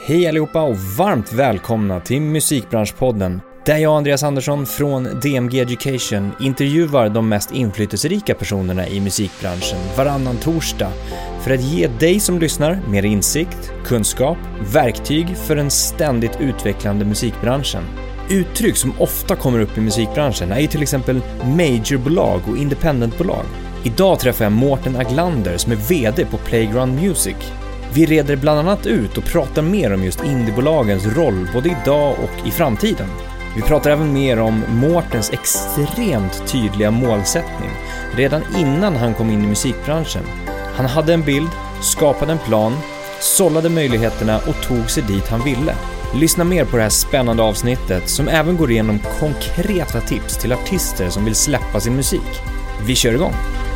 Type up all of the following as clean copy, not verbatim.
Hej allihopa och varmt välkomna till Musikbranschpodden, där jag, Andreas Andersson från DMG Education, intervjuar de mest inflytelserika personerna i musikbranschen varannan torsdag för att ge dig som lyssnar mer insikt, kunskap, verktyg för den ständigt utvecklande musikbranschen. Uttryck som ofta kommer upp i musikbranschen är ju till exempel majorbolag och independentbolag. Idag träffar jag Mårten Aglander som är VD på Playground Music. Vi reder bland annat ut och pratar mer om just indiebolagens roll både idag och i framtiden. Vi pratar även mer om Mårtens extremt tydliga målsättning redan innan han kom in i musikbranschen. Han hade en bild, skapade en plan, sållade möjligheterna och tog sig dit han ville. Lyssna mer på det här spännande avsnittet som även går igenom konkreta tips till artister som vill släppa sin musik. Vi kör igång!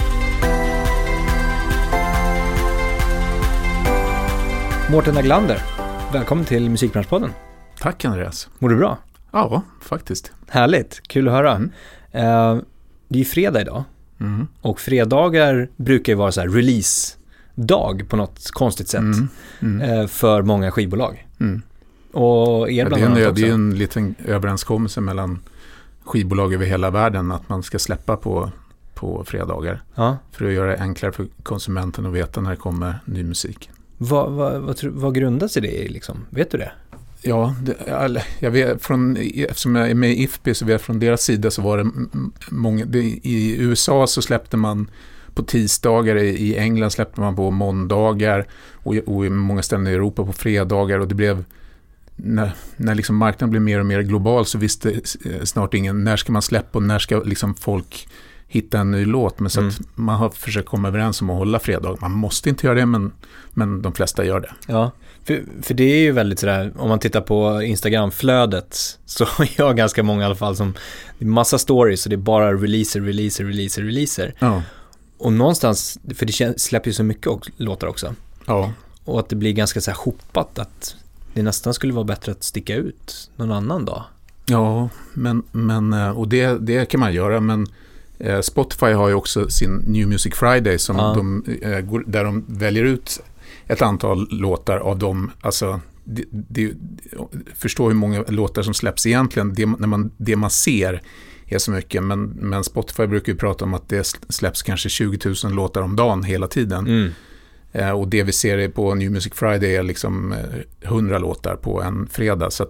Mårten Aglander, välkommen till Musikbranschpodden. Tack Andreas. Mår du bra? Ja, faktiskt. Härligt, kul att höra. Det är ju fredag idag och fredagar brukar ju vara så här release-dag på något konstigt sätt för många skivbolag. Och er bland annat också. Det är en liten överenskommelse mellan skivbolag över hela världen att man ska släppa på fredagar för att göra det enklare för konsumenten att veta när det kommer ny musik. Vad grundar sig det i liksom? Vet du det? Ja, jag vet eftersom jag är med i IFPI så vet från deras sida så var det många, i USA så släppte man på tisdagar, i England släppte man på måndagar och i många ställen i Europa på fredagar, och det blev när liksom marknaden blev mer och mer global så visste snart ingen när ska man släppa och när ska liksom folk hitta en ny låt, men så att man har försökt komma överens om att hålla fredag. Man måste inte göra det, men de flesta gör det. Ja, för det är ju väldigt sådär, om man tittar på Instagram-flödet så är jag ganska många i alla fall som, det är massa stories och det är bara releaser. Ja. Och någonstans, för det släpper ju så mycket låtar också. Ja. Och att det blir ganska så här hopat att det nästan skulle vara bättre att sticka ut någon annan dag. Ja, men och det kan man göra, men Spotify har ju också sin New Music Friday som där de väljer ut ett antal låtar av dem. Alltså, förstå hur många låtar som släpps egentligen. Det man ser är så mycket, men Spotify brukar ju prata om att det släpps kanske 20 000 låtar om dagen hela tiden. Och det vi ser på New Music Friday är liksom 100 låtar på en fredag. Så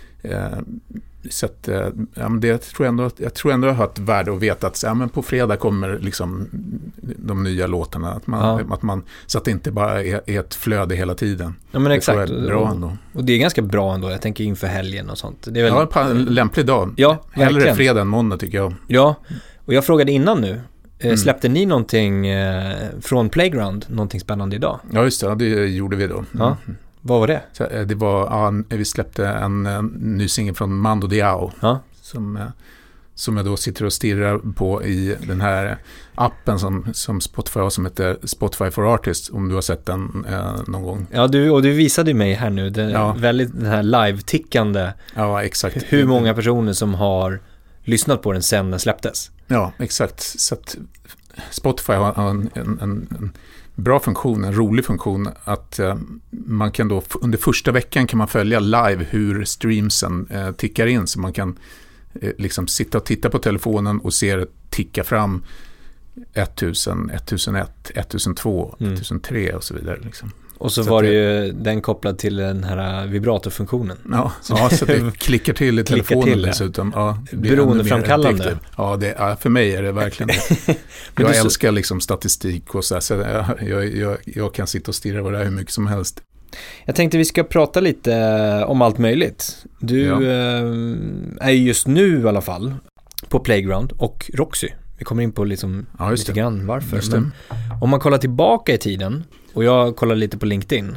att det tror jag ändå har ett värde att veta att men på fredag kommer liksom de nya låtarna, att man så att det inte bara är ett flöde hela tiden. Ja, men exakt. Det är bra ändå. Och det är ganska bra ändå, jag tänker inför helgen och sånt. Det är väl... Ja, på en lämplig dag. Ja, hellre fredag än måndag tycker jag. Ja, och jag frågade innan nu, släppte ni någonting från Playground, någonting spännande idag? Ja, just det gjorde vi då. Ja. Vad var det? Så, det var, vi släppte en ny singel från Mando Diao som jag då sitter och stirrar på i den här appen som Spotify har som heter Spotify for Artists, om du har sett den någon gång. Ja, du visade mig här nu, väldigt den här live-tickande. Ja, exakt. Hur många personer som har lyssnat på den sen den släpptes. Ja, exakt. Så att Spotify har en bra funktion, en rolig funktion att man kan då under första veckan kan man följa live hur streamsen tickar in, så man kan liksom sitta och titta på telefonen och se det ticka fram 1000, 1001, 1002, 1003 och så vidare liksom. Och så var det ju den kopplad till den här vibratorfunktionen. Ja, så det klickar till i telefonen dessutom. Ja, beroendeframkallande. Ja, för mig är det verkligen det. Jag älskar liksom statistik och så jag kan sitta och stirra på det här hur mycket som helst. Jag tänkte vi ska prata lite om allt möjligt. Du är just nu i alla fall på Playground och Roxy. Vi kommer in på liksom lite grann varför. Men om man kollar tillbaka i tiden, och jag kollar lite på LinkedIn,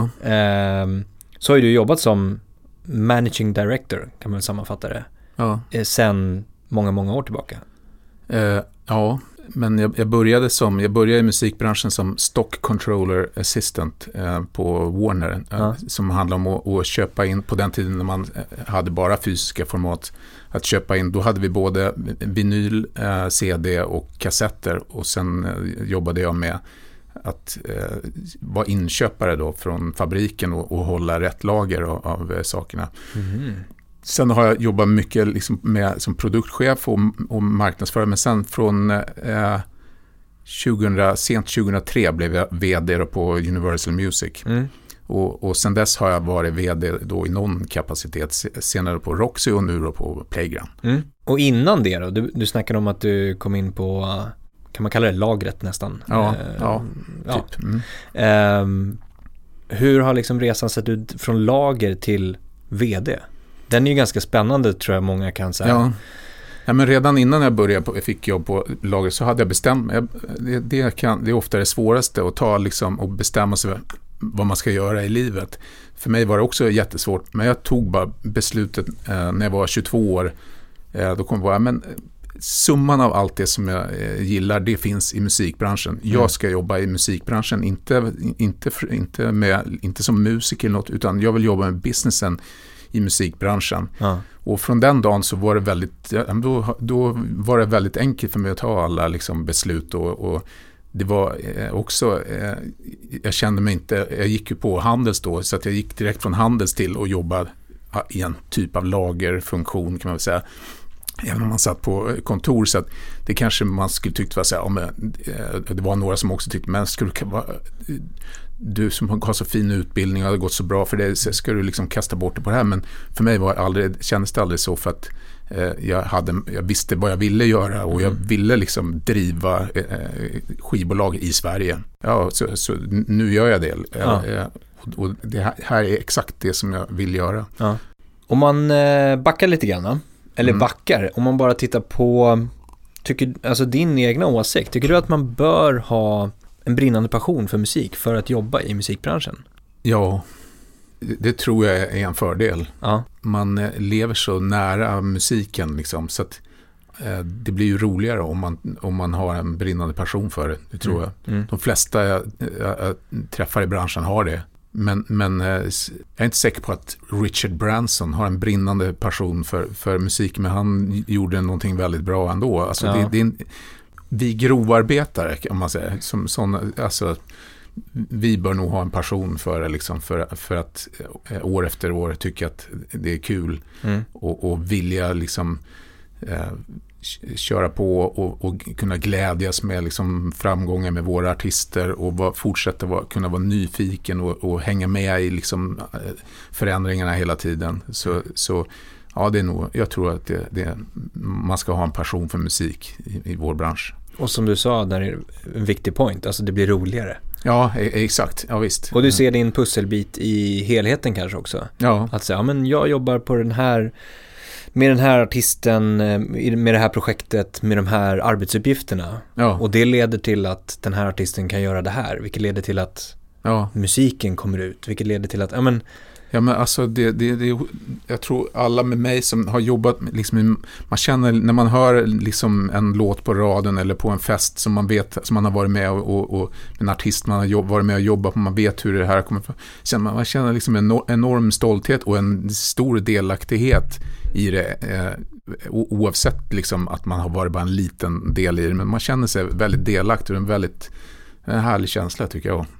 så har du jobbat som managing director, kan man sammanfatta det, sen många år tillbaka. Ja, men jag började i musikbranschen som stock controller assistant på Warner, som handlar om att köpa in, på den tiden när man hade bara fysiska format, att köpa in, då hade vi både vinyl, CD och kassetter, och sen jobbade jag med vara inköpare då från fabriken och hålla rätt lager av sakerna. Sen har jag jobbat mycket liksom som produktchef och marknadsförare, men sen från sent 2003 blev jag vd då på Universal Music. Och sen dess har jag varit vd då i någon kapacitet, senare på Roxy och nu då på Playground. Och innan det då, du snackade om att du kom in på, kan man kalla det lagret nästan? Ja, typ. Hur har liksom resan sett ut från lager till vd? Den är ju ganska spännande, tror jag många kan säga. Ja, men redan innan jag fick jobb på lager så hade jag bestämt mig. Det är ofta det svåraste att ta liksom, och bestämma sig vad man ska göra i livet. För mig var det också jättesvårt, men jag tog bara beslutet när jag var 22 år. Då kom jag men summan av allt det som jag gillar, det finns i musikbranschen. Jag ska jobba i musikbranschen, inte som musiker eller något, utan jag vill jobba med businessen i musikbranschen. Och från den dagen så var det då var det väldigt enkelt för mig att ta alla liksom beslut och det var också jag kände mig inte, jag gick ju på Handels då, så att jag gick direkt från Handels till att jobba i en typ av lagerfunktion, kan man väl säga. Även om man satt på kontor, så att det kanske man skulle tyckt var så här, det var några som också tyckte, men du som har så fin utbildning och hade gått så bra för det, så ska du liksom kasta bort det på det här. Men för mig kändes det aldrig så, för att jag visste vad jag ville göra och jag ville liksom driva skivbolag i Sverige. Ja, så nu gör jag det. Och det här är exakt det som jag vill göra. Ja. Om man backar lite grann, eller backar, om man bara tittar på din egna åsikt, tycker du att man bör ha en brinnande passion för musik för att jobba i musikbranschen? Ja, det tror jag är en fördel. Ja. Man lever så nära musiken liksom, så att det blir ju roligare om man har en brinnande passion för det tror jag. De flesta jag träffar i branschen har det. Men jag är inte säker på att Richard Branson har en brinnande passion för musik, men han gjorde någonting väldigt bra ändå. Alltså vi grovarbetare, om man säger, som såna, alltså vi bör nog ha en passion för det liksom, för att år efter år tycka att det är kul och vilja liksom köra på och kunna glädjas med liksom framgångar med våra artister och fortsätta kunna vara nyfiken och hänga med i liksom förändringarna hela tiden. Så ja, det är nog, jag tror att man ska ha en passion för musik i vår bransch. Och som du sa, där är en viktig point, alltså det blir roligare. Ja, exakt. Ja, visst. Och du ser din pusselbit i helheten kanske också. Ja. Att säga, men jag jobbar på med den här artisten, med det här projektet, med de här arbetsuppgifterna. Ja. Och det leder till att den här artisten kan göra det här, vilket leder till att musiken kommer ut, vilket leder till att Ja, men alltså jag tror alla med mig som har jobbat liksom, man känner när man hör liksom en låt på radion eller på en fest som man vet, som man har varit med och en artist man har varit med och jobbat på, man vet hur det här kommer från. Man känner liksom en enorm stolthet och en stor delaktighet i det, oavsett liksom att man har varit bara en liten del i det, men man känner sig väldigt delaktig och en härlig känsla, tycker jag.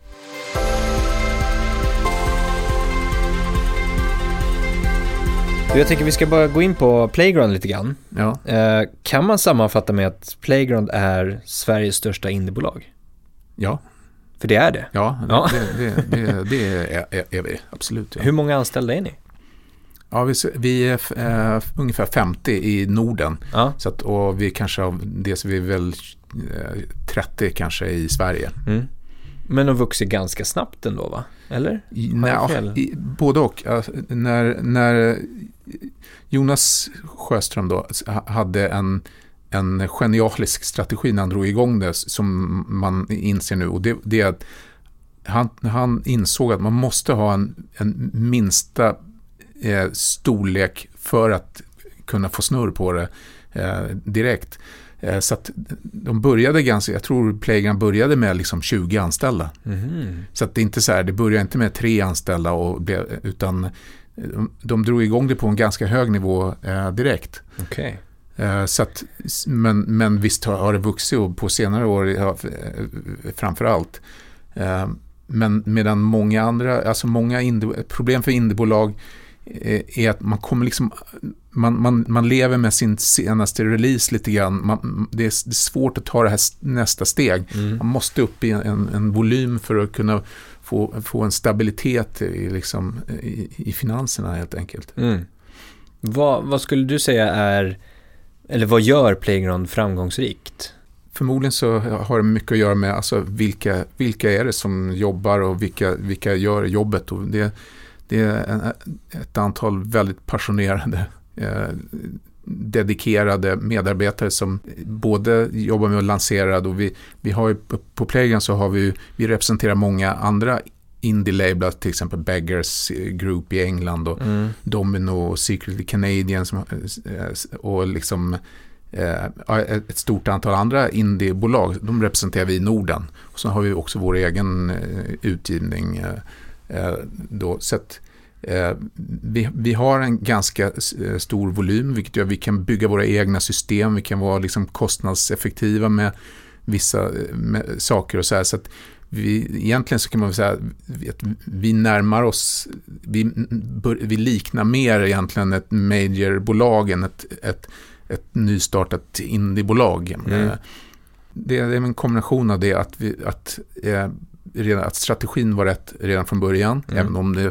Jag tänker vi ska bara gå in på Playground lite grann. Ja. Kan man sammanfatta med att Playground är Sveriges största indiebolag? Ja. För det är det? Ja, det är vi, absolut. Ja. Hur många anställda är ni? Ja, vi är ungefär 50 i Norden. Ja. Så att, och vi kanske av det, så vi är väl 30 kanske i Sverige. Men de vuxit ganska snabbt ändå, va? Eller? Både och. När Jonas Sjöström då hade en genialisk strategi när han drog igång det, som man inser nu, och det är att han insåg att man måste ha en minsta storlek för att kunna få snurr på det direkt. Så att de började jag tror Playground började med liksom 20 anställda. Så att det är inte så här, det började inte med 3 anställda utan de drog igång det på en ganska hög nivå direkt. Okej. Så att, men visst har det vuxit och på senare år framför allt. Men medan många andra, alltså problem för indiebolag är att man kommer liksom man lever med sin senaste release lite grann. Det är svårt att ta det här nästa steg. Man måste upp i en volym för att kunna få en stabilitet i finanserna helt enkelt. Vad skulle du säga eller vad gör Playground framgångsrikt? Förmodligen så har det mycket att göra med alltså vilka är det som jobbar och vilka gör jobbet, och det är ett antal väldigt passionerade dedikerade medarbetare som både jobbar med att lansera, och vi har ju på Playground så har vi representerar många andra indie-lablar, till exempel Beggars Group i England och Domino och Secretly Canadian och liksom ett stort antal andra indiebolag, de representerar vi i Norden. Och så har vi också vår egen utgivning då, så att vi har en ganska stor volym, vilket gör att vi kan bygga våra egna system, vi kan vara liksom kostnadseffektiva med vissa saker och så här, så att egentligen så kan man säga att vi närmar oss, vi liknar mer egentligen ett majorbolag än ett nystartat indiebolag. Det är en kombination av det att strategin var rätt redan från början, även om det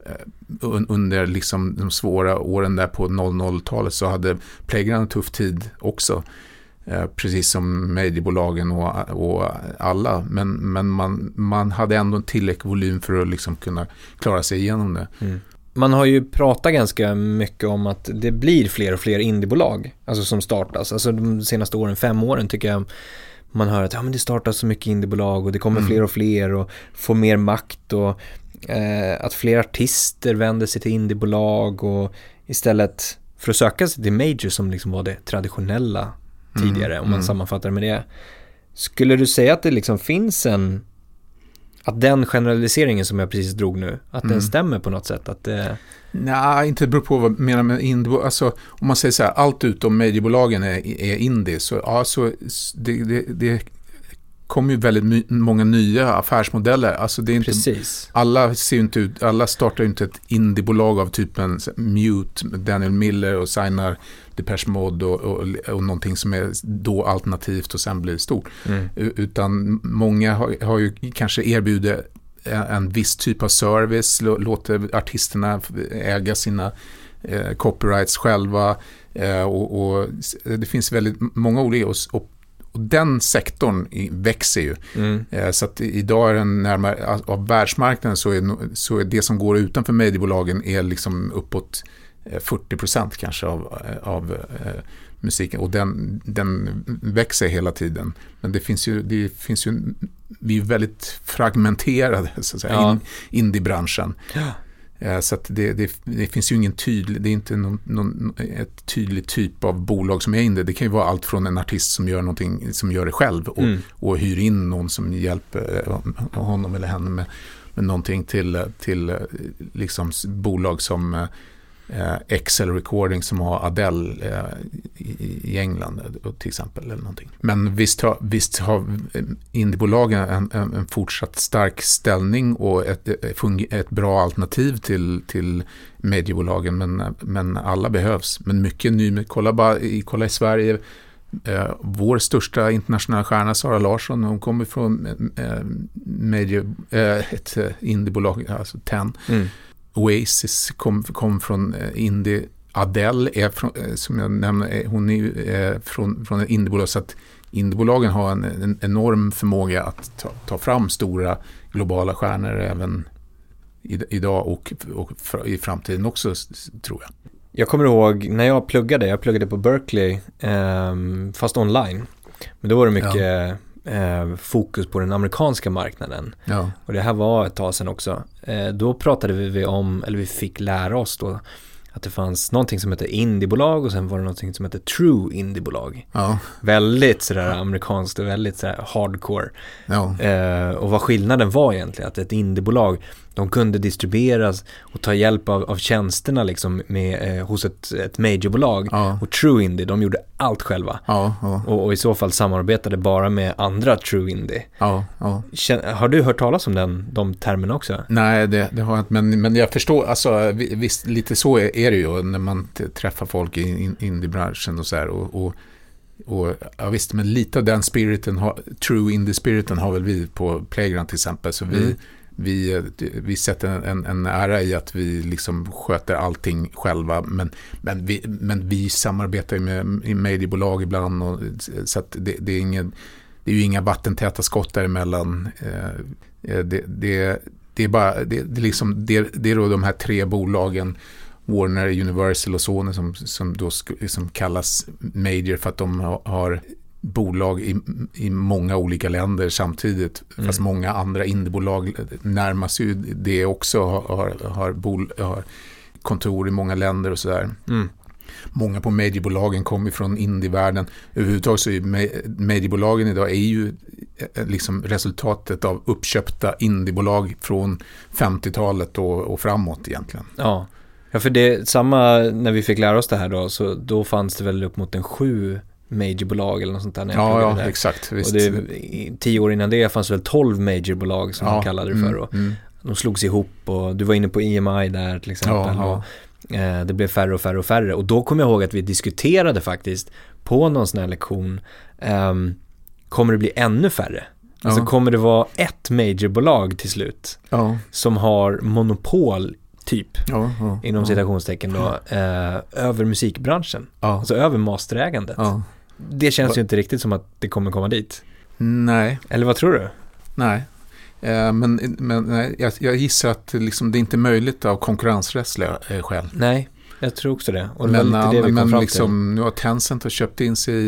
under liksom de svåra åren där på 00-talet så hade Playground en tuff tid också, precis som mediebolagen och alla, men man hade ändå en tillräcklig volym för att liksom kunna klara sig igenom det. Man har ju pratat ganska mycket om att det blir fler och fler indiebolag, alltså som startas. Alltså de senaste åren, 5 åren tycker jag man hör att men det startas så mycket indiebolag och det kommer fler och fler och får mer makt, och att fler artister vänder sig till indiebolag och istället för att söka sig till major som liksom var det traditionella tidigare, om man sammanfattar med det. Skulle du säga att det liksom finns att den generaliseringen som jag precis drog nu, att den stämmer på något sätt? Att det... Nej, inte beror på vad man menar med indiebolag. Alltså, om man säger så här, allt utom mediebolagen är indie, så ja, så det kommer ju väldigt många nya affärsmodeller. Alltså det är inte, precis. Alla startar ju inte ett indiebolag av typen Mute, Daniel Miller, och signar Depeche Mode och någonting som är då alternativt och sen blir stort. Utan många har ju kanske erbjudit en viss typ av service, låter artisterna äga sina copyrights själva, och det finns väldigt många olika, och den sektorn växer ju. Så att idag är den närmare av världsmarknaden, så är det som går utanför mediebolagen är liksom uppåt 40% kanske av musiken, och den växer hela tiden. Men det finns ju vi är väldigt fragmenterade så att säga, indiebranschen. Så att det finns ju ingen tydlig, det är inte ett tydligt typ av bolag som är indie. Det kan ju vara allt från en artist som gör någonting, som gör det själv och hyr in någon som hjälper honom eller henne med någonting till liksom bolag som Excel Recording som har Adele i England till exempel eller någonting. Men visst har indiebolagen en fortsatt stark ställning och ett bra alternativ till mediebolagen, men alla behövs. Men mycket ny, kolla i Sverige, vår största internationella stjärna Sara Larsson, hon kommer från ett indiebolag, alltså TEN. Oasis kom från indie. Adele är från, som jag nämnde, hon är från en indiebolag, så att indiebolagen har en enorm förmåga att ta fram stora globala stjärnor även idag och i framtiden också, tror jag. Jag kommer ihåg när jag pluggade på Berkeley, fast online. Men då var det mycket fokus på den amerikanska marknaden. Ja. Och det här var ett tag sedan också. Då pratade vi om, eller vi fick lära oss då, att det fanns någonting som heter indiebolag och sen var det någonting som heter true indiebolag. Ja. Väldigt sådär amerikanskt och väldigt sådär hardcore. Ja. Och vad skillnaden var egentligen, att ett indiebolag, de kunde distribueras och ta hjälp av tjänsterna liksom hos ett majorbolag. Ja. Och true indie, de gjorde allt själva. Ja. Och i så fall samarbetade bara med andra true indie. Ja. Har du hört talas om de termerna också? Nej, det har jag inte, men jag förstår, alltså visst, lite så är det ju när man träffar folk i indiebranschen och så här, och ja, visst, men lite av den spiriten, true indie-spiriten har väl vi på Playground till exempel, så vi sätter en ära i att vi liksom sköter allting själva, men vi samarbetar ju med mediebolag ibland, och så att det är ju inga vattentäta skott däremellan. Det är då de här 3 bolagen, Warner, Universal och Sony, som då som kallas major för att de har bolag i många olika länder samtidigt, fast många andra indiebolag närmar sig ju det också, har kontor i många länder och sådär. Många på mediebolagen kommer från indievärlden. Överhuvudtaget så är mediebolagen idag är ju liksom resultatet av uppköpta indiebolag från 50-talet och framåt egentligen. Ja, för det samma när vi fick lära oss det här då, så då fanns det väl upp mot 7 majorbolag eller något sånt där. Ja, exakt. Visst. Och 10 år innan det fanns väl 12 majorbolag som man kallade det för. Och de slogs ihop, och du var inne på EMI där till exempel. Och det blev färre och färre och färre. Och då kommer jag ihåg att vi diskuterade faktiskt på någon sån här lektion, kommer det bli ännu färre? Alltså kommer det vara ett majorbolag till slut som har monopol typ inom citationstecken då, över musikbranschen, alltså över masterägandet. Det känns ju inte riktigt som att det kommer komma dit. Nej. Eller vad tror du? Nej. Men nej, jag gissar att liksom, det är inte möjligt av konkurrensrättsliga skäl. Nej, jag tror också det. Och men det var lite det vi kom fram liksom, nu har Tencent köpt in sig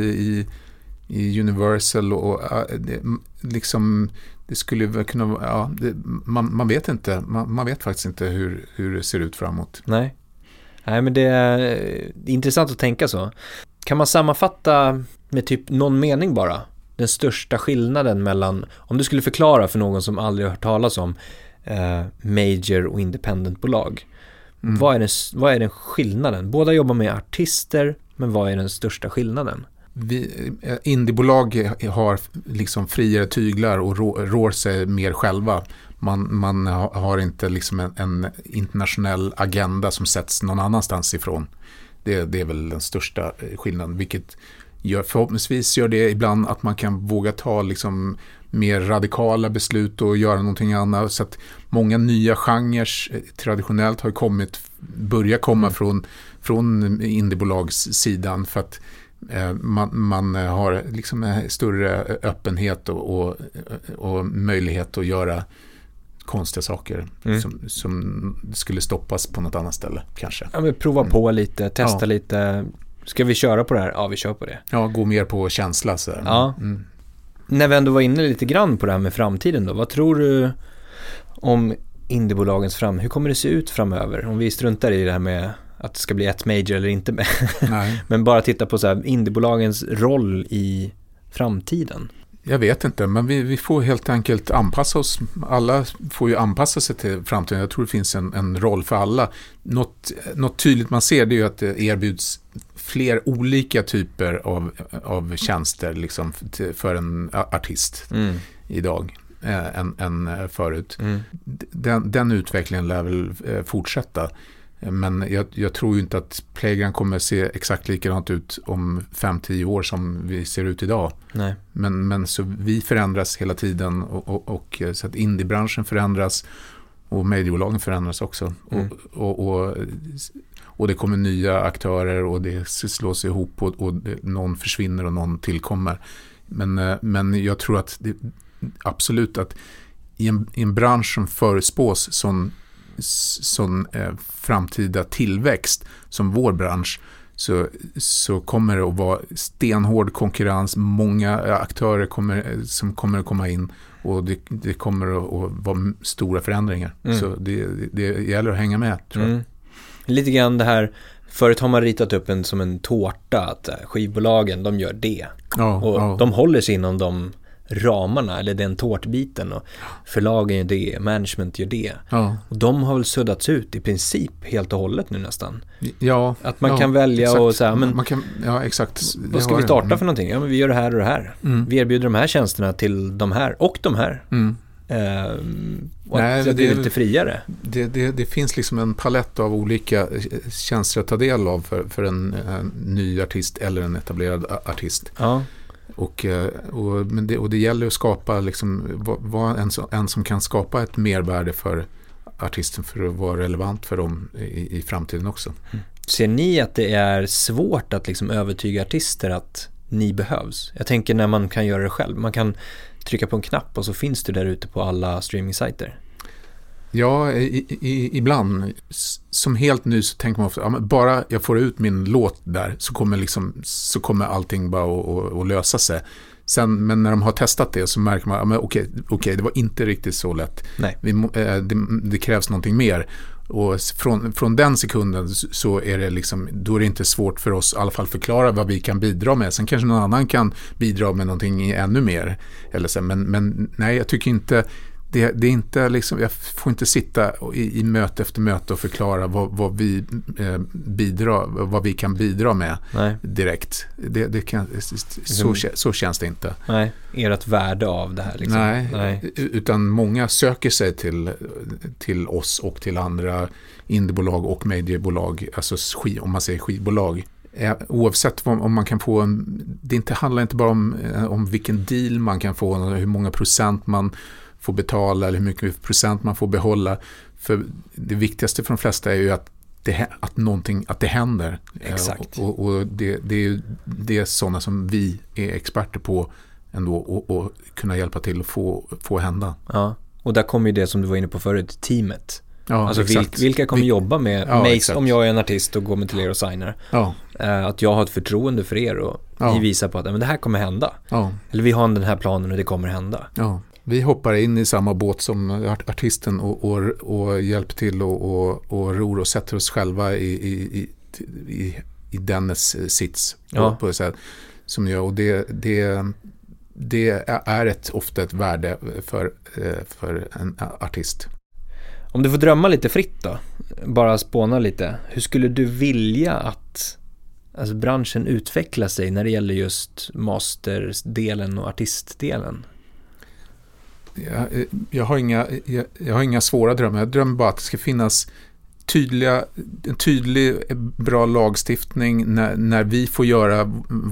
i Universal och liksom det skulle väl kunna man vet inte, man vet faktiskt inte hur det ser ut framåt. Nej, men det är intressant att tänka så. Kan man sammanfatta med typ någon mening bara den största skillnaden mellan, om du skulle förklara för någon som aldrig har hört talas om major och independent-bolag, vad är den skillnaden? Båda jobbar med artister, men vad är den största skillnaden? Indiebolag har liksom friare tyglar och rår sig mer själva. Man har inte liksom en internationell agenda som sätts någon annanstans ifrån. Det är väl den största skillnaden, vilket förhoppningsvis gör det ibland att man kan våga ta liksom mer radikala beslut och göra någonting annat, så att många nya genrer traditionellt har börjat komma från indiebolags-sidan, för att man har liksom en större öppenhet och möjlighet att göra konstiga saker som skulle stoppas på något annat ställe kanske. Ja, men prova på lite, testa lite. Ska vi köra på det här? Ja, vi kör på det. Ja, gå mer på känsla. Så. Ja. När vi ändå var inne lite grann på det här med framtiden då, vad tror du om indiebolagens hur kommer det se ut framöver? Om vi struntar i det här med att det ska bli ett major eller inte med. Nej. Men bara titta på så här, indiebolagens roll i framtiden. Jag vet inte, men vi får helt enkelt anpassa oss. Alla får ju anpassa sig till framtiden. Jag tror det finns en roll för alla. Något tydligt man ser, det är ju att det erbjuds fler olika typer av tjänster liksom, för en artist idag än förut. Den utvecklingen lär väl fortsätta. Men jag tror ju inte att Playground kommer se exakt likadant ut om 5-10 år som vi ser ut idag. Nej. Men så vi förändras hela tiden och så att indiebranschen förändras och mediebolagen förändras också. Och det kommer nya aktörer och det slås ihop och någon försvinner och någon tillkommer. Men jag tror att absolut att i en bransch som förespås sån framtida tillväxt som vår bransch, så kommer det att vara stenhård konkurrens, många aktörer som kommer att komma in, och det kommer att vara stora förändringar. Så det gäller att hänga med, tror jag. Lite grann det här, förut har man ritat upp som en tårta, att skivbolagen, de gör det. Och de håller sig inom de ramarna, eller den tårtbiten, och förlagen gör det, management gör det. Och de har väl suddats ut i princip helt och hållet nu nästan. Ja. Att man kan välja exakt. Och så här, men man kan, exakt. vad ska vi starta för någonting? Ja, men vi gör det här och det här. Vi erbjuder de här tjänsterna till de här och de här. Och att det blir lite friare. Det finns liksom en palett av olika tjänster att ta del av för en ny artist eller en etablerad artist. Ja. Och det gäller att skapa liksom, en som kan skapa ett mervärde för artisten för att vara relevant för dem i framtiden också. Ser ni att det är svårt att liksom övertyga artister att ni behövs? Jag tänker när man kan göra det själv. Man kan trycka på en knapp och så finns du där ute på alla streamingsajter. Ja, ibland. Som helt ny så tänker man ofta, bara jag får ut min låt där så kommer allting bara att lösa sig. Sen, men när de har testat det så märker man, okej, det var inte riktigt så lätt. Nej. Det krävs någonting mer. Och från den sekunden så är det liksom, då är det inte svårt för oss i alla fall förklara vad vi kan bidra med. Sen kanske någon annan kan bidra med någonting ännu mer. Eller så, men nej, jag tycker inte det är inte liksom, jag får inte sitta i möte efter möte och förklara vad vi bidrar, vad vi kan bidra med. Nej. Direkt. Så känns det inte. Nej, ert värde av det här liksom. Nej. Utan många söker sig till oss och till andra indiebolag och mediebolag, alltså om man säger skivbolag. Oavsett om man kan få det handlar inte bara om vilken deal man kan få, hur många procent man får betala eller hur mycket procent man får behålla. För det viktigaste för de flesta är ju att det händer. Exakt. Och det är sådana som vi är experter på ändå och kunna hjälpa till att få hända. Ja, och där kommer ju det som du var inne på förut, teamet. Ja, alltså vilka kommer jobba med mig om jag är en artist och går med till er och signar. Ja. Att jag har ett förtroende för er och ni visar på att men det här kommer hända. Ja. Eller vi har den här planen och det kommer hända. Ja. Vi hoppar in i samma båt som artisten och hjälper till och ror och sätter oss själva i dennes sits på så här, som gör, och det är ofta ett värde för en artist. Om du får drömma lite fritt då, bara spåna lite. Hur skulle du vilja att branschen utvecklar sig när det gäller just masterdelen och artistdelen? Jag har inga svåra drömmar. Jag drömmer bara att det ska finnas en tydlig, bra lagstiftning när vi får göra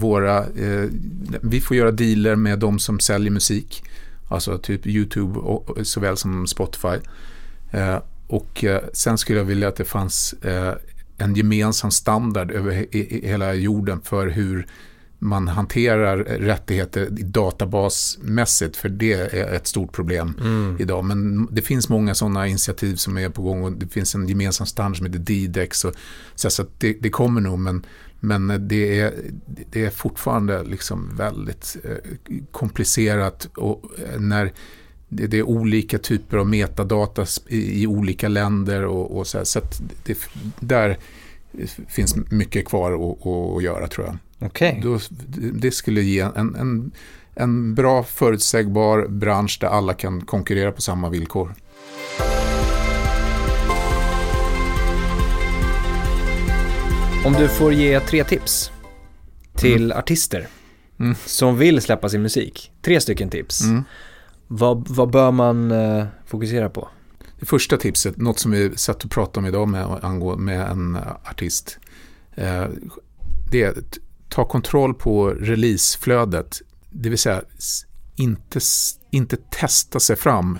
vi får göra dealer med de som säljer musik, alltså typ YouTube och såväl som Spotify. Och sen skulle jag vilja att det fanns en gemensam standard över hela jorden för hur man hanterar rättigheter databasmässigt, för det är ett stort problem idag. Men det finns många sådana initiativ som är på gång och det finns en gemensam standard som heter DDEX och så att det kommer nog, men det är fortfarande liksom väldigt komplicerat, och när det är olika typer av metadata i olika länder och så att där finns mycket kvar att göra, tror jag. Okay. Det skulle ge en bra förutsägbar bransch där alla kan konkurrera på samma villkor. Om du får ge 3 tips till artister som vill släppa sin musik, 3 stycken tips. Vad bör man fokusera på? Det första tipset, något som vi satt och pratade om idag med en artist, det är att ta kontroll på releaseflödet. Det vill säga inte testa sig fram.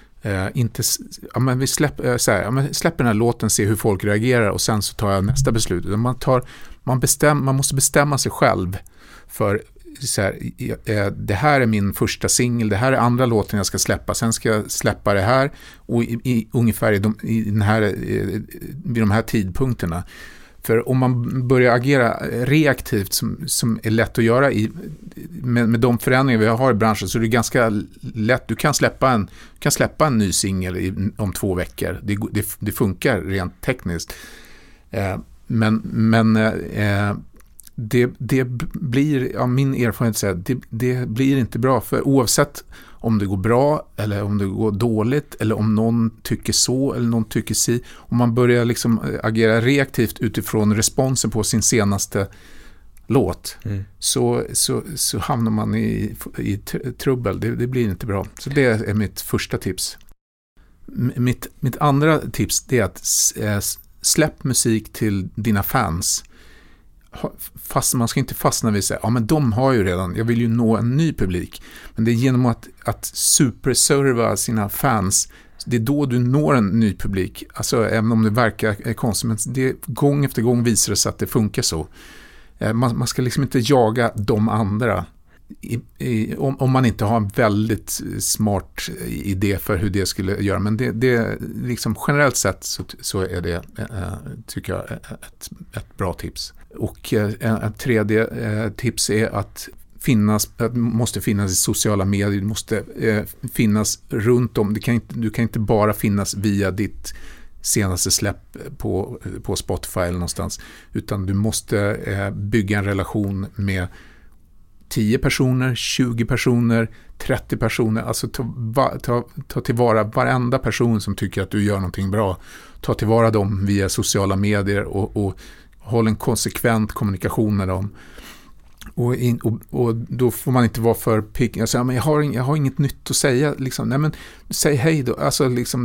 Vi släpper den här låten, se hur folk reagerar och sen så tar jag nästa beslut. Man måste bestämma sig själv för så här, det här är min första singel, det här är andra låten jag ska släppa, sen ska jag släppa det här och ungefär vid de här tidpunkterna. För om man börjar agera reaktivt som är lätt att göra med de förändringar vi har i branschen, så är det ganska lätt. Du kan släppa en ny singel om 2 veckor. Det funkar rent tekniskt. Men det blir, min erfarenhet säger att det blir inte bra, för oavsett om det går bra eller om det går dåligt eller om någon tycker så eller någon tycker si, om man börjar liksom agera reaktivt utifrån responsen på sin senaste låt, så hamnar man i trubbel. Det blir inte bra. Så det är mitt första tips. Mitt andra tips är att släpp musik till dina fans. Fast man ska inte fastna vid sig. Ja, men de har ju redan, jag vill ju nå en ny publik. Men det är genom att superserva sina fans, det är då du når en ny publik. Alltså även om det verkar konstigt, men det, gång efter gång visar det sig att det funkar så. Man ska liksom inte jaga de andra om man inte har en väldigt smart idé för hur det skulle göra. Men det liksom generellt sett så är det, tycker jag, ett bra tips. Och ett tredje tips är att måste finnas i sociala medier, det måste finnas runt om. Du kan inte bara finnas via ditt senaste släpp på Spotify eller någonstans, utan du måste bygga en relation med 10 personer, 20 personer, 30 personer. Alltså ta tillvara varenda person som tycker att du gör någonting bra. Ta tillvara dem via sociala medier och håll en konsekvent kommunikation med dem. Och då får man inte vara för pigg. Alltså, men jag har inget nytt att säga. Liksom. Nej, men säg hej då. Alltså, liksom,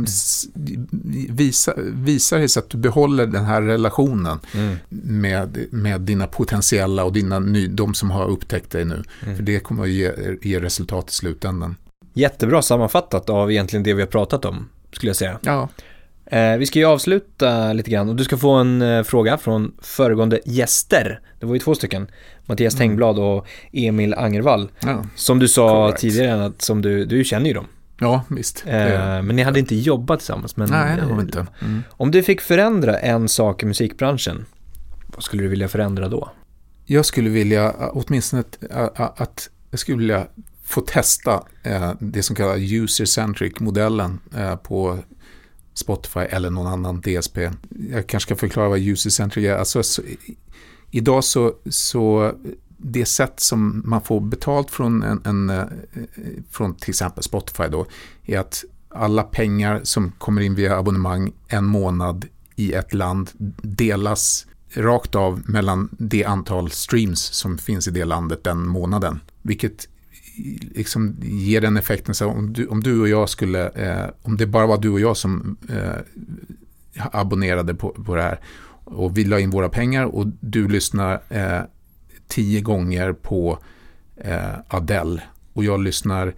visa dig så att du behåller den här relationen med dina potentiella och de som har upptäckt dig nu. För det kommer att ge resultat i slutändan. Jättebra sammanfattat av egentligen det vi har pratat om, skulle jag säga. Ja. Vi ska ju avsluta lite grann och du ska få en fråga från föregående gäster. Det var ju 2 stycken. Mattias Tengblad och Emil Angervall. Ja, som du sa tidigare, att som du känner ju dem. Ja, visst. Men ni hade inte jobbat tillsammans. Men, nej, det har vi inte. Om du fick förändra en sak i musikbranschen, vad skulle du vilja förändra då? Jag skulle vilja åtminstone att jag skulle vilja få testa det som kallas user-centric-modellen på Spotify eller någon annan DSP. Jag kanske ska förklara vad user-centric är. Alltså, idag så det sätt som man får betalt från till exempel Spotify då, är att alla pengar som kommer in via abonnemang en månad i ett land delas rakt av mellan det antal streams som finns i det landet den månaden. Vilket liksom ger den effekten så om du och jag skulle om det bara var du och jag som abonnerade på det här och vi la in våra pengar och du lyssnar 10 gånger på Adele och jag lyssnar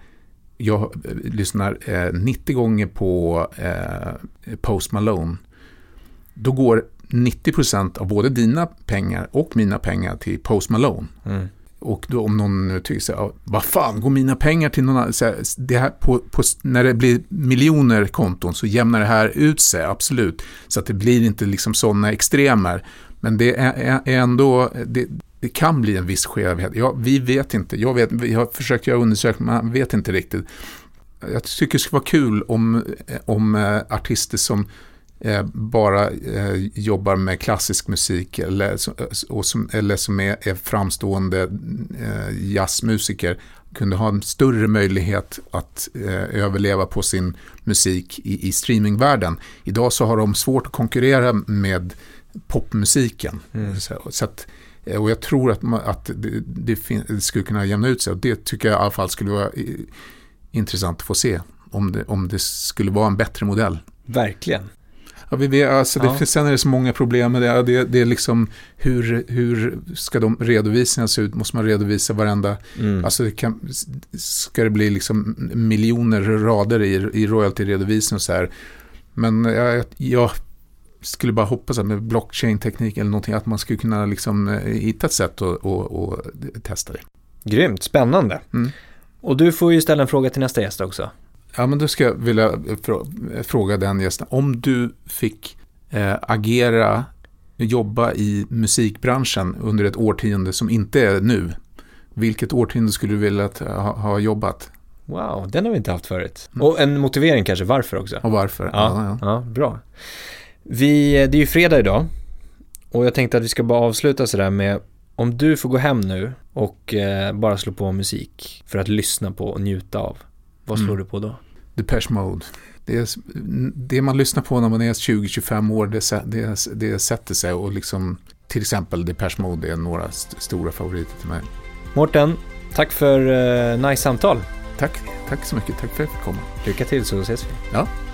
90 gånger på Post Malone, då går 90% av både dina pengar och mina pengar till Post Malone. Och då om någon tycker så här, vad fan, går mina pengar till någon annan? Så här, det här när det blir miljoner konton så jämnar det här ut sig, absolut. Så att det blir inte liksom sådana extremer. Men det är ändå, det kan bli en viss skevhet. Ja, vi vet inte. Vi har försökt göra undersökningar, man vet inte riktigt. Jag tycker det skulle vara kul om artister som bara jobbar med klassisk musik eller som är framstående jazzmusiker kunde ha en större möjlighet att överleva på sin musik i streamingvärlden. Idag så har de svårt att konkurrera med popmusiken. Så att, och jag tror att det skulle kunna jämna ut sig, och det tycker jag i alla fall skulle vara intressant att få se om det skulle vara en bättre modell. Verkligen. Ja, vi vet, alltså sen är det så många problem med det. Det är liksom hur ska de redovisningarna se ut? Måste man redovisa varenda? Alltså ska det bli liksom miljoner rader i royalty-redovisning och så här. Men jag skulle bara hoppas att med blockchain-teknik eller någonting att man skulle kunna liksom hitta ett sätt och testa det. Grymt, spännande. Och du får ju ställa en fråga till nästa gäst också. Ja, men då ska jag vilja fråga den gästen. Om du fick jobba i musikbranschen under ett årtionde som inte är nu, vilket årtionde skulle du vilja ha jobbat? Wow, den har vi inte haft förut. Och en motivering kanske, varför också? Och varför? Ja, bra. Det är ju fredag idag. Och jag tänkte att vi ska bara avsluta sådär med, om du får gå hem nu och bara slå på musik för att lyssna på och njuta av, vad slår du på då? Depeche Mode. Det man lyssnar på när man är 20-25 år, det sätter sig, och liksom, till exempel Depeche Mode är några stora favoriter till mig. Mårten, tack för nice samtal. Tack så mycket. Tack för att jag fick komma. Lycka till, så ses vi. Ja.